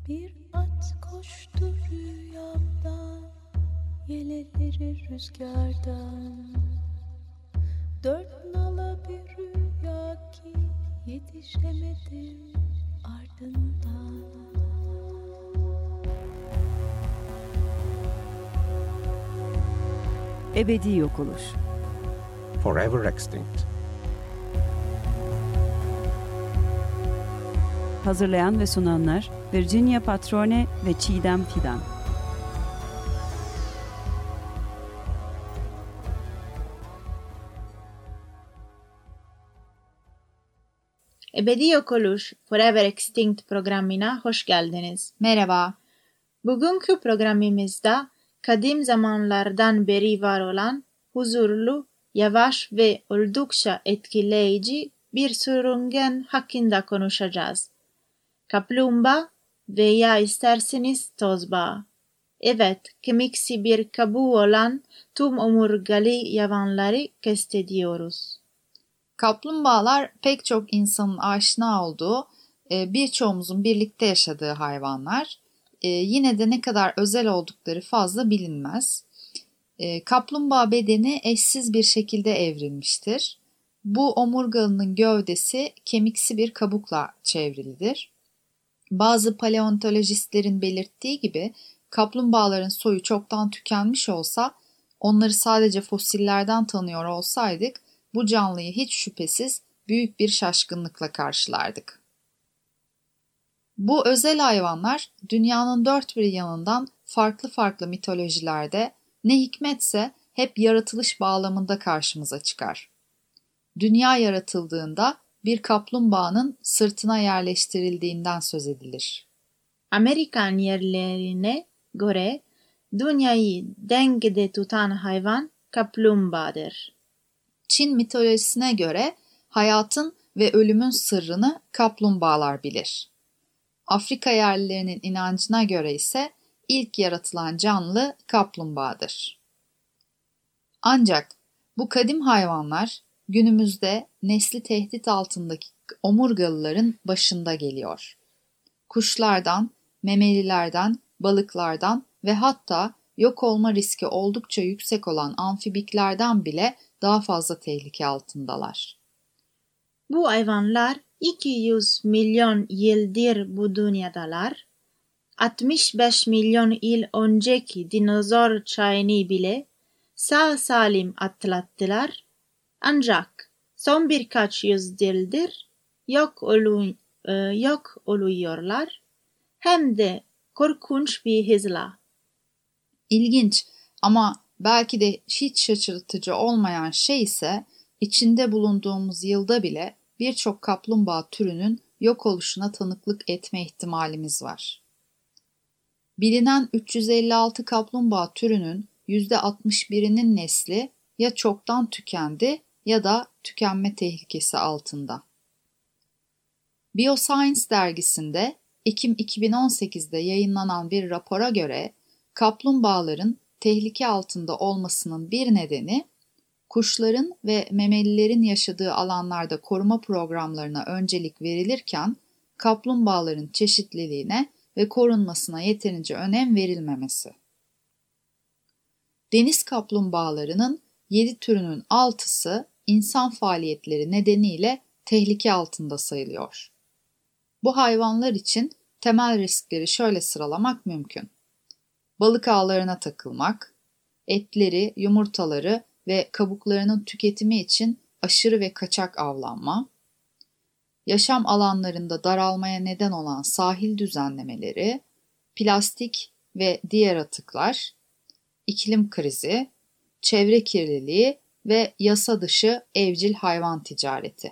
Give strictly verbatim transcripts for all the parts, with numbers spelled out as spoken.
Bir at koştu rüyamda, yeleleri rüzgardan. Dört nala bir rüya ki yetişemedim ardından. Ebedi yok oluş. Forever extinct. Hazırlayan ve sunanlar Virginia Patrone ve Çiğdem Fidan. Ebedi Yok Oluş Forever Extinct programına hoş geldiniz. Merhaba. Bugünkü programımızda kadim zamanlardan beri var olan huzurlu, yavaş ve oldukça etkileyici bir sürüngen hakkında konuşacağız. Kaplumbağa veya isterseniz tozbağa. Evet, kemiksi bir kabuğu olan tüm omurgalı hayvanları kastediyoruz. Kaplumbağalar pek çok insanın aşina olduğu, birçoğumuzun birlikte yaşadığı hayvanlar. Yine de ne kadar özel oldukları fazla bilinmez. Kaplumbağa bedeni eşsiz bir şekilde evrilmiştir. Bu omurgalının gövdesi kemiksi bir kabukla çevrilidir. Bazı paleontolojistlerin belirttiği gibi kaplumbağaların soyu çoktan tükenmiş olsa, onları sadece fosillerden tanıyor olsaydık, bu canlıyı hiç şüphesiz büyük bir şaşkınlıkla karşılardık. Bu özel hayvanlar dünyanın dört bir yanından farklı farklı mitolojilerde ne hikmetse hep yaratılış bağlamında karşımıza çıkar. Dünya yaratıldığında bir kaplumbağanın sırtına yerleştirildiğinden söz edilir. Amerikan yerlerine göre dünyayı dengede tutan hayvan kaplumbağadır. Çin mitolojisine göre hayatın ve ölümün sırrını kaplumbağalar bilir. Afrika yerlilerinin inancına göre ise ilk yaratılan canlı kaplumbağadır. Ancak bu kadim hayvanlar günümüzde nesli tehdit altındaki omurgalıların başında geliyor. Kuşlardan, memelilerden, balıklardan ve hatta yok olma riski oldukça yüksek olan amfibiklerden bile daha fazla tehlike altındalar. Bu hayvanlar iki yüz milyon yıldır bu dünyadalar. altmış beş milyon yıl önceki dinozor çağını bile sağ salim atlattılar. Ancak son birkaç yüzyıldır yok, olu, e, yok oluyorlar. Hem de korkunç bir hızla. İlginç ama belki de hiç şaşırtıcı olmayan şey ise içinde bulunduğumuz yılda bile birçok kaplumbağa türünün yok oluşuna tanıklık etme ihtimalimiz var. Bilinen üç yüz elli altı kaplumbağa türünün yüzde altmış birinin nesli ya çoktan tükendi ya da tükenme tehlikesi altında. Bioscience dergisinde Ekim iki bin on sekizde yayınlanan bir rapora göre kaplumbağaların tehlike altında olmasının bir nedeni, kuşların ve memelilerin yaşadığı alanlarda koruma programlarına öncelik verilirken kaplumbağaların çeşitliliğine ve korunmasına yeterince önem verilmemesi. Deniz kaplumbağalarının yedi türünün altısı insan faaliyetleri nedeniyle tehlike altında sayılıyor. Bu hayvanlar için temel riskleri şöyle sıralamak mümkün. Balık ağlarına takılmak, etleri, yumurtaları ve kabuklarının tüketimi için aşırı ve kaçak avlanma, yaşam alanlarında daralmaya neden olan sahil düzenlemeleri, plastik ve diğer atıklar, iklim krizi, çevre kirliliği ve yasa dışı evcil hayvan ticareti.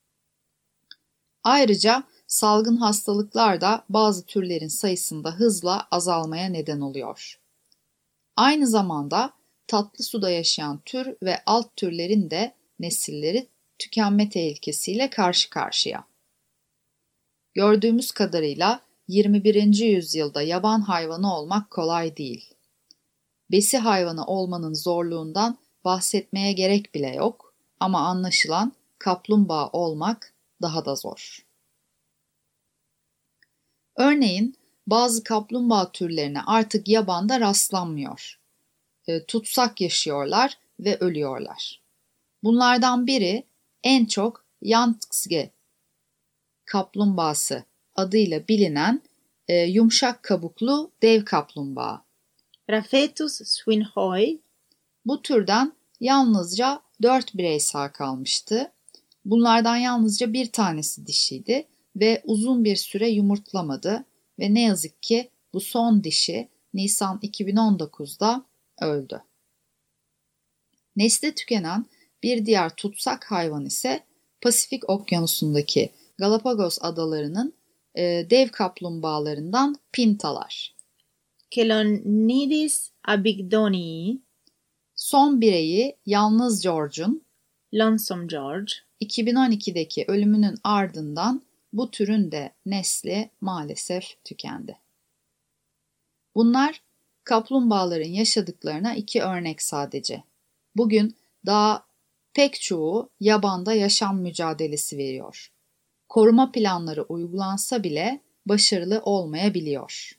Ayrıca salgın hastalıklar da bazı türlerin sayısında hızla azalmaya neden oluyor. Aynı zamanda tatlı suda yaşayan tür ve alt türlerin de nesilleri tükenme tehlikesiyle karşı karşıya. Gördüğümüz kadarıyla yirmi birinci yüzyılda yaban hayvanı olmak kolay değil. Besi hayvanı olmanın zorluğundan bahsetmeye gerek bile yok ama anlaşılan kaplumbağa olmak daha da zor. Örneğin bazı kaplumbağa türlerine artık yabanda rastlanmıyor. E, tutsak yaşıyorlar ve ölüyorlar. Bunlardan biri en çok Yangtze kaplumbağası adıyla bilinen e, yumuşak kabuklu dev kaplumbağa. Rafetus swinhoy. Bu türden yalnızca dört birey sağ kalmıştı. Bunlardan yalnızca bir tanesi dişiydi ve uzun bir süre yumurtlamadı ve ne yazık ki bu son dişi Nisan iki bin on dokuzda öldü. Nesli tükenen bir diğer tutsak hayvan ise Pasifik Okyanusu'ndaki Galapagos adalarının e, dev kaplumbağalarından pintalar. Kelonidis abigdonii. Son bireyi Yalnız George'un Lonesome George. iki bin on ikideki ölümünün ardından bu türün de nesli maalesef tükendi. Bunlar kaplumbağaların yaşadıklarına iki örnek sadece. Bugün daha pek çoğu yabanda yaşam mücadelesi veriyor. Koruma planları uygulansa bile başarılı olmayabiliyor.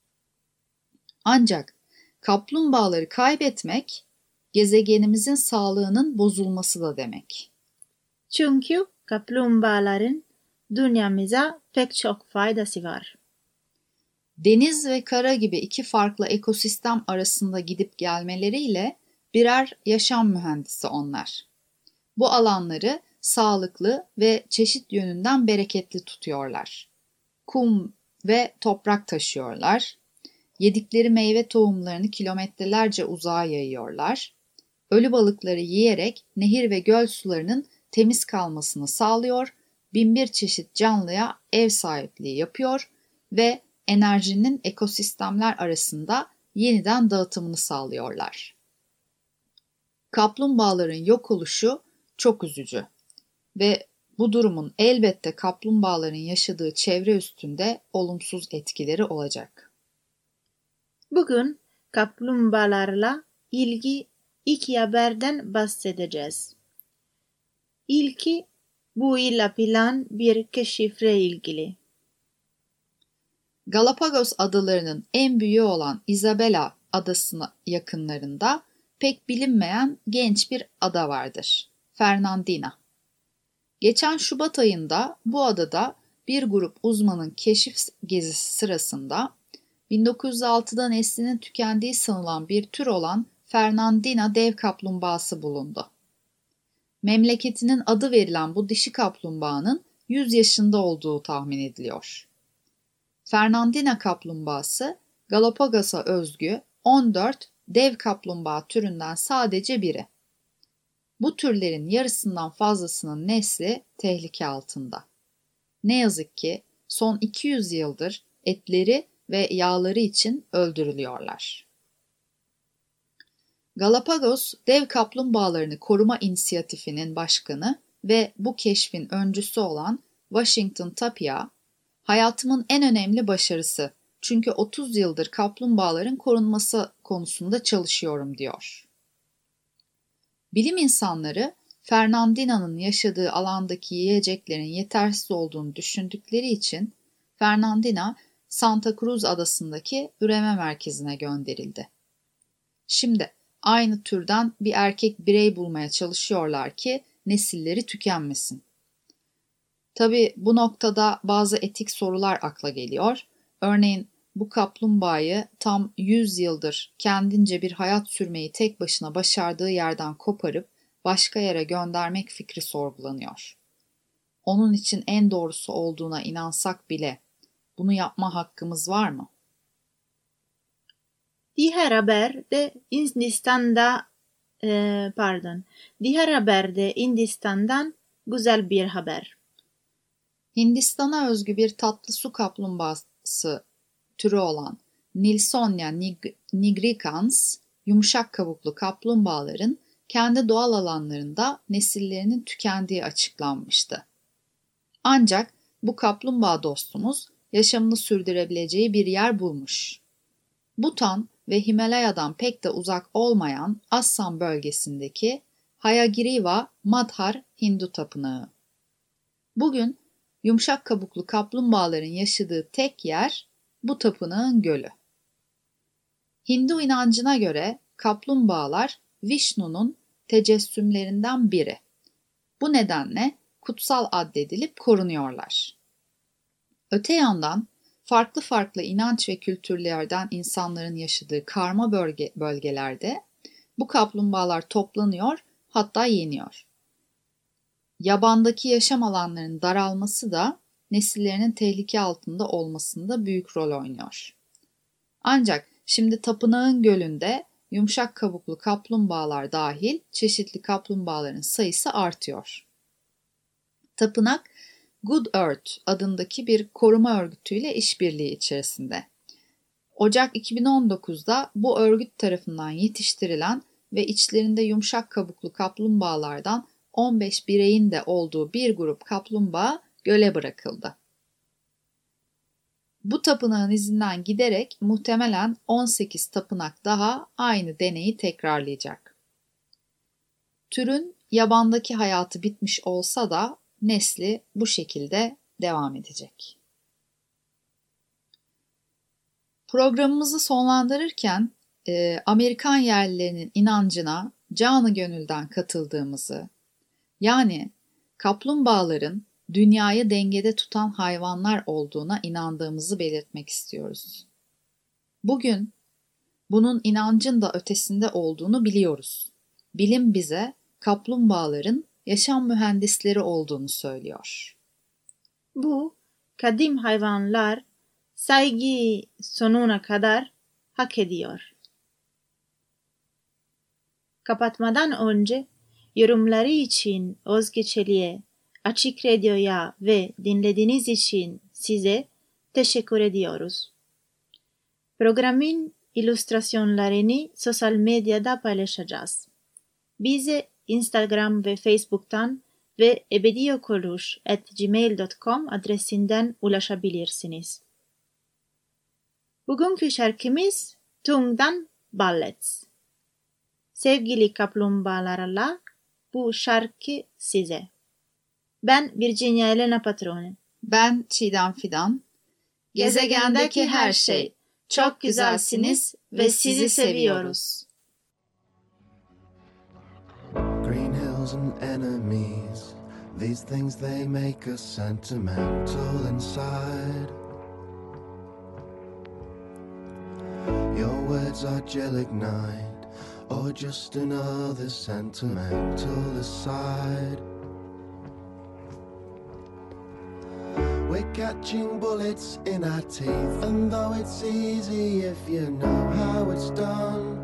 Ancak kaplumbağaları kaybetmek gezegenimizin sağlığının bozulması da demek. Çünkü kaplumbağaların dünyamıza pek çok faydası var. Deniz ve kara gibi iki farklı ekosistem arasında gidip gelmeleriyle birer yaşam mühendisi onlar. Bu alanları sağlıklı ve çeşit yönünden bereketli tutuyorlar. Kum ve toprak taşıyorlar. Yedikleri meyve tohumlarını kilometrelerce uzağa yayıyorlar. Ölü balıkları yiyerek nehir ve göl sularının temiz kalmasını sağlıyor, binbir çeşit canlıya ev sahipliği yapıyor ve enerjinin ekosistemler arasında yeniden dağıtımını sağlıyorlar. Kaplumbağaların yok oluşu çok üzücü ve bu durumun elbette kaplumbağaların yaşadığı çevre üstünde olumsuz etkileri olacak. Bugün kaplumbağalarla ilgili iki haberden bahsedeceğiz. İlki bu yıl yapılan bir keşifle ilgili. Galapagos adalarının en büyüğü olan Isabela adasına yakınlarında pek bilinmeyen genç bir ada vardır. Fernandina. Geçen Şubat ayında bu adada bir grup uzmanın keşif gezisi sırasında bin dokuz yüz altıda neslinin tükendiği sanılan bir tür olan Fernandina dev kaplumbağası bulundu. Memleketinin adı verilen bu dişi kaplumbağanın yüz yaşında olduğu tahmin ediliyor. Fernandina kaplumbağası Galapagos'a özgü on dört dev kaplumbağa türünden sadece biri. Bu türlerin yarısından fazlasının nesli tehlike altında. Ne yazık ki son iki yüz yıldır etleri ve yağları için öldürülüyorlar. Galapagos Dev Kaplumbağalarını Koruma İnisiyatifi'nin başkanı ve bu keşfin öncüsü olan Washington Tapia, "Hayatımın en önemli başarısı çünkü otuz yıldır kaplumbağaların korunması konusunda çalışıyorum," diyor. Bilim insanları Fernandina'nın yaşadığı alandaki yiyeceklerin yetersiz olduğunu düşündükleri için Fernandina, Santa Cruz adasındaki üreme merkezine gönderildi. Şimdi aynı türden bir erkek birey bulmaya çalışıyorlar ki nesilleri tükenmesin. Tabii bu noktada bazı etik sorular akla geliyor. Örneğin bu kaplumbağayı tam yüz yıldır kendince bir hayat sürmeyi tek başına başardığı yerden koparıp başka yere göndermek fikri sorgulanıyor. Onun için en doğrusu olduğuna inansak bile bunu yapma hakkımız var mı? Diğer haberde Hindistan'da e, pardon. Diğer haberde Hindistan'dan güzel bir haber. Hindistan'a özgü bir tatlı su kaplumbağası türü olan Nilsonia nigricans, yumuşak kabuklu kaplumbağaların kendi doğal alanlarında nesillerinin tükendiği açıklanmıştı. Ancak bu kaplumbağa dostumuz yaşamını sürdürebileceği bir yer bulmuş. Bhutan ve Himalaya'dan pek de uzak olmayan Assam bölgesindeki Hayagriva Madhar Hindu Tapınağı. Bugün yumuşak kabuklu kaplumbağaların yaşadığı tek yer bu tapınağın gölü. Hindu inancına göre kaplumbağalar Vishnu'nun tecessümlerinden biri. Bu nedenle kutsal addedilip korunuyorlar. Öte yandan farklı farklı inanç ve kültürlerden insanların yaşadığı karma bölge, bölgelerde bu kaplumbağalar toplanıyor, hatta yeniyor. Yabandaki yaşam alanlarının daralması da nesillerinin tehlike altında olmasında büyük rol oynuyor. Ancak şimdi tapınağın gölünde yumuşak kabuklu kaplumbağalar dahil çeşitli kaplumbağaların sayısı artıyor. Tapınak, Good Earth adındaki bir koruma örgütüyle işbirliği içerisinde. Ocak iki bin on dokuzda bu örgüt tarafından yetiştirilen ve içlerinde yumuşak kabuklu kaplumbağalardan on beş bireyin de olduğu bir grup kaplumbağa göle bırakıldı. Bu tapınağın izinden giderek muhtemelen on sekiz tapınak daha aynı deneyi tekrarlayacak. Türün yabandaki hayatı bitmiş olsa da nesli bu şekilde devam edecek. Programımızı sonlandırırken e, Amerikan yerlilerinin inancına canı gönülden katıldığımızı, yani kaplumbağaların dünyayı dengede tutan hayvanlar olduğuna inandığımızı belirtmek istiyoruz. Bugün bunun inancın da ötesinde olduğunu biliyoruz. Bilim bize kaplumbağaların yaşam mühendisleri olduğunu söylüyor. Bu kadim hayvanlar saygı sonuna kadar hak ediyor. Kapatmadan önce yorumları için Özge Çelik'e, Açık Radyo'ya ve dinlediğiniz için size teşekkür ediyoruz. Programın illüstrasyonlarını sosyal medyada paylaşacağız. Bize Instagram ve Facebook'tan ve ebediyokoluş at gmail dot com adresinden ulaşabilirsiniz. Bugünkü şarkımız Tung'dan Ballets. Sevgili kaplumbağalarla bu şarkı size. Ben Virginia Elena Patrone. Ben Çiğdem Fidan. Gezegendeki her şey. Çok güzelsiniz ve sizi seviyoruz. Green hills and enemies, these things they make us sentimental inside. Your words are gelignite, or just another sentimental aside. We're catching bullets in our teeth, and though it's easy if you know how it's done,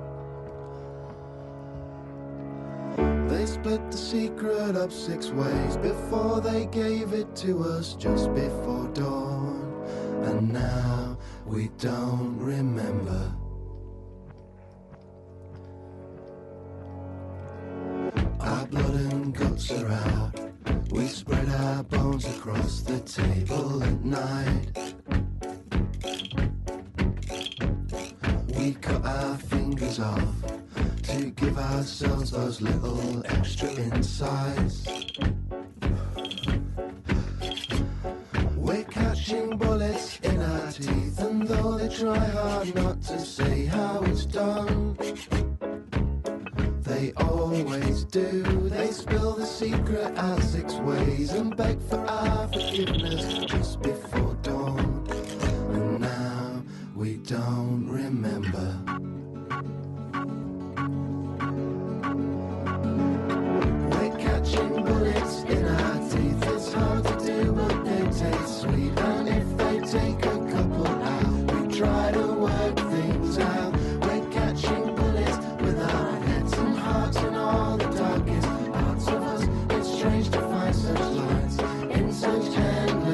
they split the secret up six ways before they gave it to us just before dawn. And now we don't remember. Our blood and guts are out. We spread our bones across the table at night. We cut our fingers off to give ourselves those little extra insights. We're catching bullets in our teeth, and though they try hard not to say how it's done, they always do. They spill the secret out six ways and beg for our forgiveness just before dawn. And now we don't remember. We're catching bullets in our teeth. It's hard to do, but they taste sweet. And if they take a couple out, we try to work things out. We're catching bullets with our heads and hearts and all the darkest parts of us. It's strange to find such lights in such endless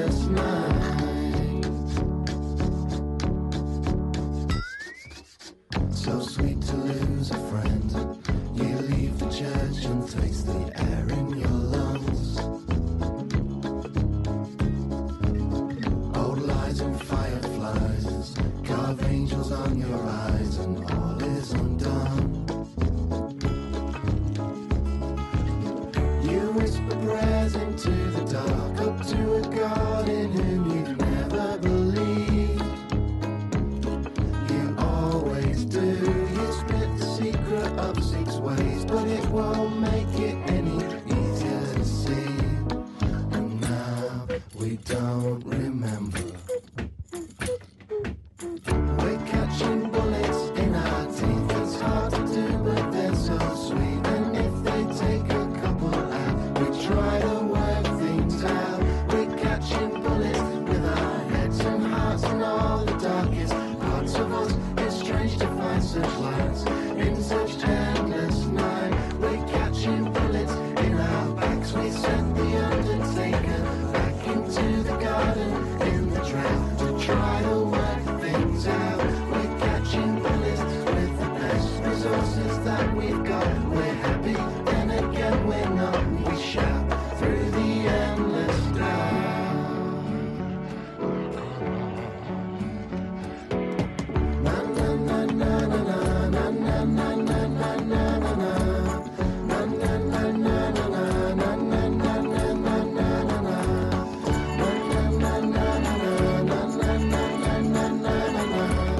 we don't remember. We're catching bullets in our teeth. It's hard to do, but they're so sweet. And if they take a couple out, we try to work things out. We're catching bullets with our heads and hearts and all the darkest parts of us. It's strange to find such lights in such endless night. We're catching bullets in our backs. We sent the undertaker back into the garden in the drought to try to work things out. We're catching bullets with the best resources that we've got. We're happy, then again we're not. We shout through the endless dark. Na na na na na na na na na na na na na. Na na na na na na na na na na na na na. Na na na na na na na na na na na na.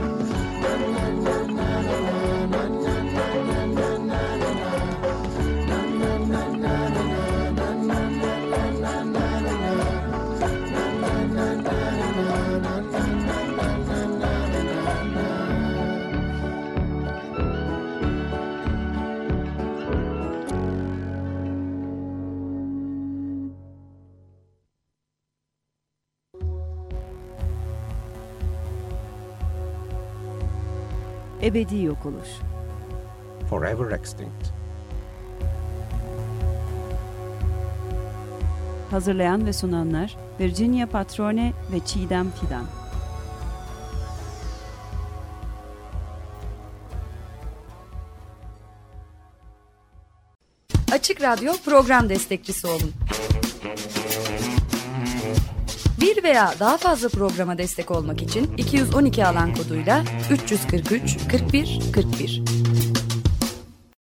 Ebedi yok oluş. Forever extinct. Hazırlayan ve sunanlar Virginia Patrone ve Çiğdem Fidan. Açık Radyo program destekçisi olun. Bir veya daha fazla programa destek olmak için iki yüz on iki alan koduyla üç yüz kırk üç kırk bir kırk bir